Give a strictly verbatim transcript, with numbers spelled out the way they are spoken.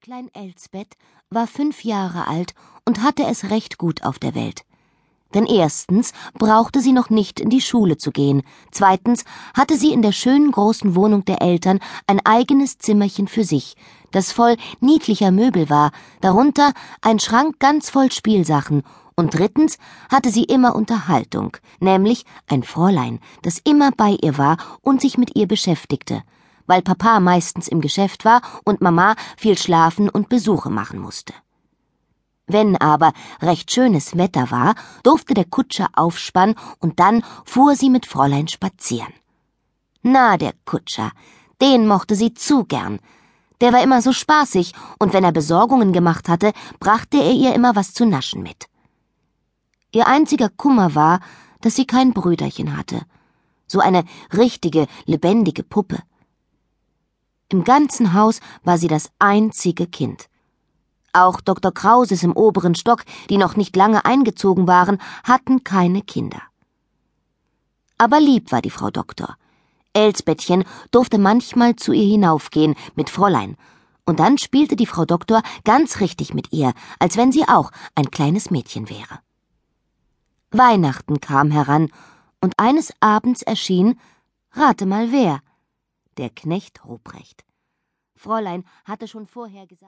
Klein Elsbeth war fünf Jahre alt und hatte es recht gut auf der Welt. Denn erstens brauchte sie noch nicht in die Schule zu gehen, zweitens hatte sie in der schönen großen Wohnung der Eltern ein eigenes Zimmerchen für sich, das voll niedlicher Möbel war, darunter ein Schrank ganz voll Spielsachen, und drittens hatte sie immer Unterhaltung, nämlich ein Fräulein, das immer bei ihr war und sich mit ihr beschäftigte, weil Papa meistens im Geschäft war und Mama viel schlafen und Besuche machen musste. Wenn aber recht schönes Wetter war, durfte der Kutscher aufspannen und dann fuhr sie mit Fräulein spazieren. Na, der Kutscher, den mochte sie zu gern. Der war immer so spaßig, und wenn er Besorgungen gemacht hatte, brachte er ihr immer was zu naschen mit. Ihr einziger Kummer war, dass sie kein Brüderchen hatte. So eine richtige, lebendige Puppe. Im ganzen Haus war sie das einzige Kind. Auch Doktor Krauses im oberen Stock, die noch nicht lange eingezogen waren, hatten keine Kinder. Aber lieb war die Frau Doktor. Elsbethchen durfte manchmal zu ihr hinaufgehen mit Fräulein, und dann spielte die Frau Doktor ganz richtig mit ihr, als wenn sie auch ein kleines Mädchen wäre. Weihnachten kam heran, und eines Abends erschien, rate mal wer, der Knecht Ruprecht. Fräulein hatte schon vorher gesagt,